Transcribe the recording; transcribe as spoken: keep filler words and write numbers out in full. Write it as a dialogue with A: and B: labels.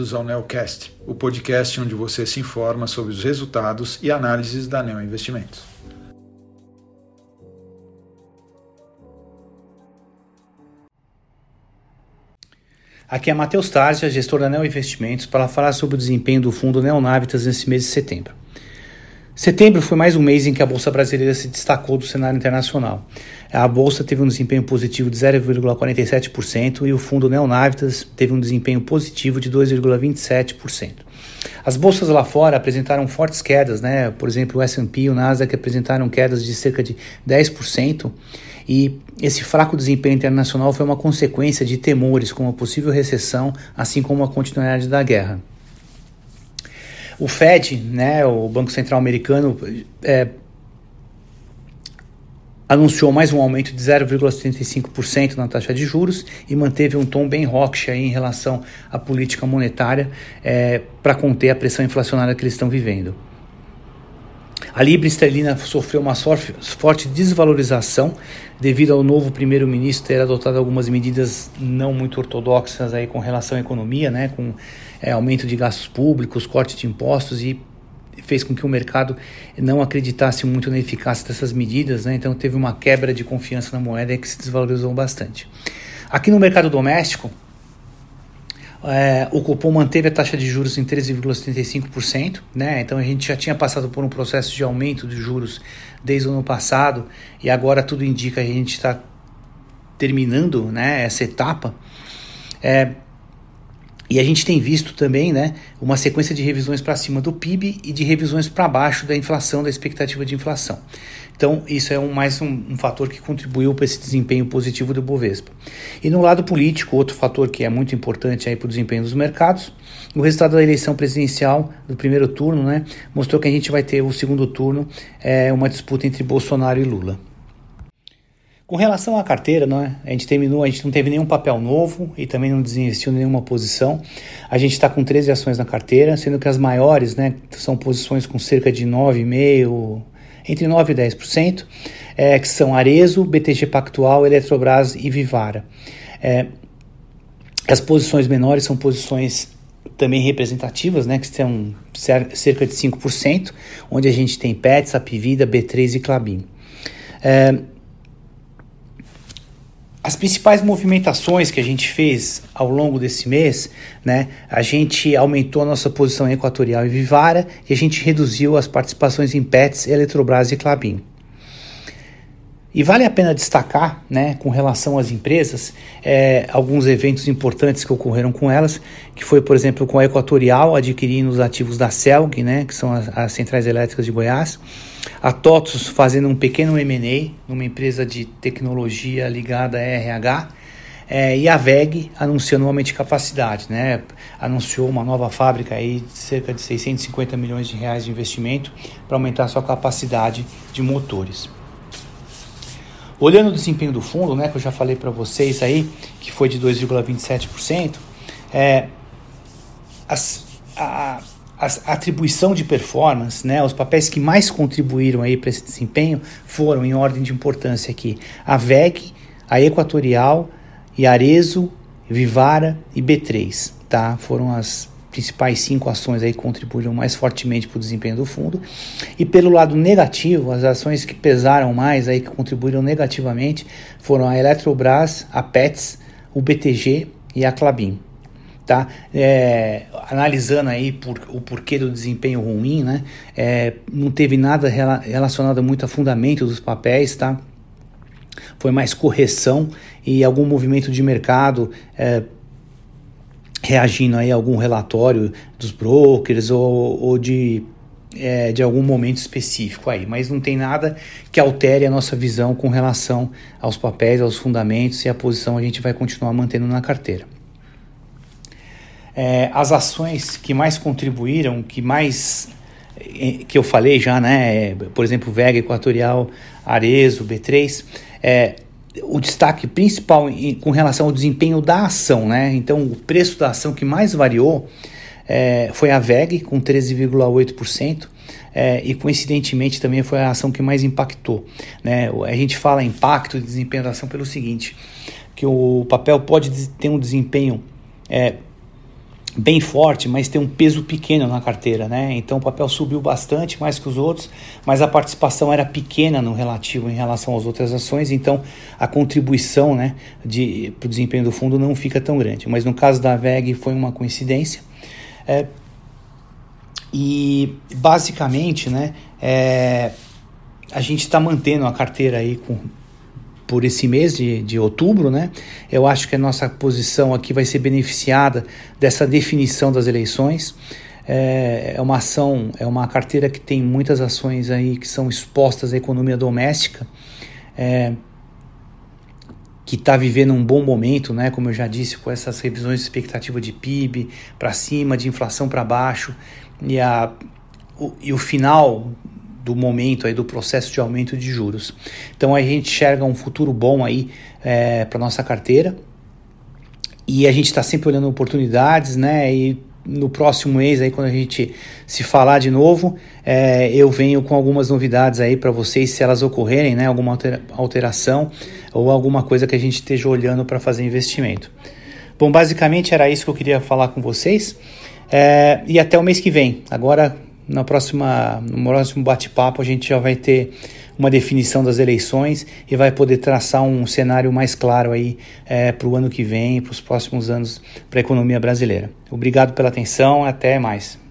A: bem-vindos ao Neocast, o podcast onde você se informa sobre os resultados e análises da Neo Investimentos.
B: Aqui é Matheus Tarsia, gestor da Neo Investimentos, para falar sobre o desempenho do fundo Neonavitas nesse mês de setembro. Setembro foi mais um mês em que a Bolsa Brasileira se destacou do cenário internacional. A Bolsa teve um desempenho positivo de zero vírgula quarenta e sete por cento e o fundo Neonavitas teve um desempenho positivo de dois vírgula vinte e sete por cento. As bolsas lá fora apresentaram fortes quedas, né? Por exemplo, o S and P e o Nasdaq apresentaram quedas de cerca de dez por cento e esse fraco desempenho internacional foi uma consequência de temores com uma possível recessão, assim como a continuidade da guerra. O Fed, né, o Banco Central Americano, é, anunciou mais um aumento de zero vírgula setenta e cinco por cento na taxa de juros e manteve um tom bem hawkish aí em relação à política monetária é, para conter a pressão inflacionária que eles estão vivendo. A libra esterlina sofreu uma forte desvalorização devido ao novo primeiro-ministro ter adotado algumas medidas não muito ortodoxas aí com relação à economia, né, com é, aumento de gastos públicos, corte de impostos, e fez com que o mercado não acreditasse muito na eficácia dessas medidas, né, então teve uma quebra de confiança na moeda que se desvalorizou bastante. Aqui no mercado doméstico, É, o Copom manteve a taxa de juros em treze vírgula setenta e cinco por cento, né? Então a gente já tinha passado por um processo de aumento de juros desde o ano passado e agora tudo indica que a gente está terminando, né, essa etapa. É, e a gente tem visto também, né, uma sequência de revisões para cima do P I B e de revisões para baixo da inflação, da expectativa de inflação. Então, isso é um, mais um, um fator que contribuiu para esse desempenho positivo do Bovespa. E no lado político, outro fator que é muito importante para o desempenho dos mercados, o resultado da eleição presidencial do primeiro turno, né, mostrou que a gente vai ter o segundo turno, é, uma disputa entre Bolsonaro e Lula. Com relação à carteira, né, a gente terminou, a gente não teve nenhum papel novo e também não desinvestiu em nenhuma posição. A gente está com treze ações na carteira, sendo que as maiores, né, são posições com cerca de nove vírgula cinco por cento, entre nove e dez por cento, é, que são Arezzo, B T G Pactual, Eletrobras e Vivara. É, as posições menores são posições também representativas, né, que são cerca de cinco por cento, onde a gente tem Petz, Apivida, B três e Klabin. É, As principais movimentações que a gente fez ao longo desse mês, né, a gente aumentou a nossa posição em Equatorial e Vivara e a gente reduziu as participações em Petz, Eletrobras e Klabin. E vale a pena destacar, né, com relação às empresas, é, alguns eventos importantes que ocorreram com elas, que foi, por exemplo, com a Equatorial adquirindo os ativos da Celg, né, que são as, as centrais elétricas de Goiás, a TOTVS fazendo um pequeno M and A numa empresa de tecnologia ligada a R H, é, e a V E G anunciando um aumento de capacidade, né, anunciou uma nova fábrica aí de cerca de seiscentos e cinquenta milhões de reais de investimento para aumentar sua capacidade de motores. Olhando o desempenho do fundo, né, que eu já falei para vocês aí, que foi de dois vírgula vinte e sete por cento, é, as, a, a atribuição de performance, né, os papéis que mais contribuíram aí para esse desempenho foram, em ordem de importância aqui, a V E G, a Equatorial, e Arezzo, Vivara e B três, tá? Foram as principais cinco ações aí que contribuíram mais fortemente para o desempenho do fundo. E pelo lado negativo, as ações que pesaram mais, aí, que contribuíram negativamente, foram a Eletrobras, a Petz, o B T G e a Klabin. Tá? É, analisando aí por, o porquê do desempenho ruim, né? É, não teve nada rela- relacionado muito a fundamento dos papéis, tá? Foi mais correção e algum movimento de mercado, é, reagindo aí a algum relatório dos brokers ou, ou de, é, de algum momento específico aí, mas não tem nada que altere a nossa visão com relação aos papéis, aos fundamentos, e a posição a gente vai continuar mantendo na carteira. É, as ações que mais contribuíram, que mais, que eu falei já, né, por exemplo, V E G, Equatorial, Arezzo, B três, é, o destaque principal em, com relação ao desempenho da ação, né? Então, o preço da ação que mais variou é, foi a V E G, com treze vírgula oito por cento, é, e coincidentemente também foi a ação que mais impactou, né? A gente fala impacto e desempenho da ação pelo seguinte, que o papel pode ter um desempenho é, bem forte, mas tem um peso pequeno na carteira, né? Então o papel subiu bastante, mais que os outros, mas a participação era pequena no relativo em relação às outras ações, então a contribuição, né, de, para o desempenho do fundo não fica tão grande. Mas no caso da V E G foi uma coincidência. É, e basicamente, né, é, a gente está mantendo a carteira aí com por esse mês de, de outubro, né? Eu acho que a nossa posição aqui vai ser beneficiada dessa definição das eleições. É, é uma ação, é uma carteira que tem muitas ações aí que são expostas à economia doméstica, é, que está vivendo um bom momento, né? Como eu já disse, com essas revisões de expectativa de P I B para cima, de inflação para baixo, e, a, o, e o final do momento aí do processo de aumento de juros. Então a gente enxerga um futuro bom aí é, para nossa carteira, e a gente está sempre olhando oportunidades, né? E no próximo mês aí, quando a gente se falar de novo, é, eu venho com algumas novidades aí para vocês, se elas ocorrerem, né? Alguma altera- alteração ou alguma coisa que a gente esteja olhando para fazer investimento. Bom, basicamente era isso que eu queria falar com vocês, é, e até o mês que vem. Agora Na próxima, no próximo bate-papo a gente já vai ter uma definição das eleições e vai poder traçar um cenário mais claro aí é, para o ano que vem, para os próximos anos, para a economia brasileira. Obrigado pela atenção, até mais.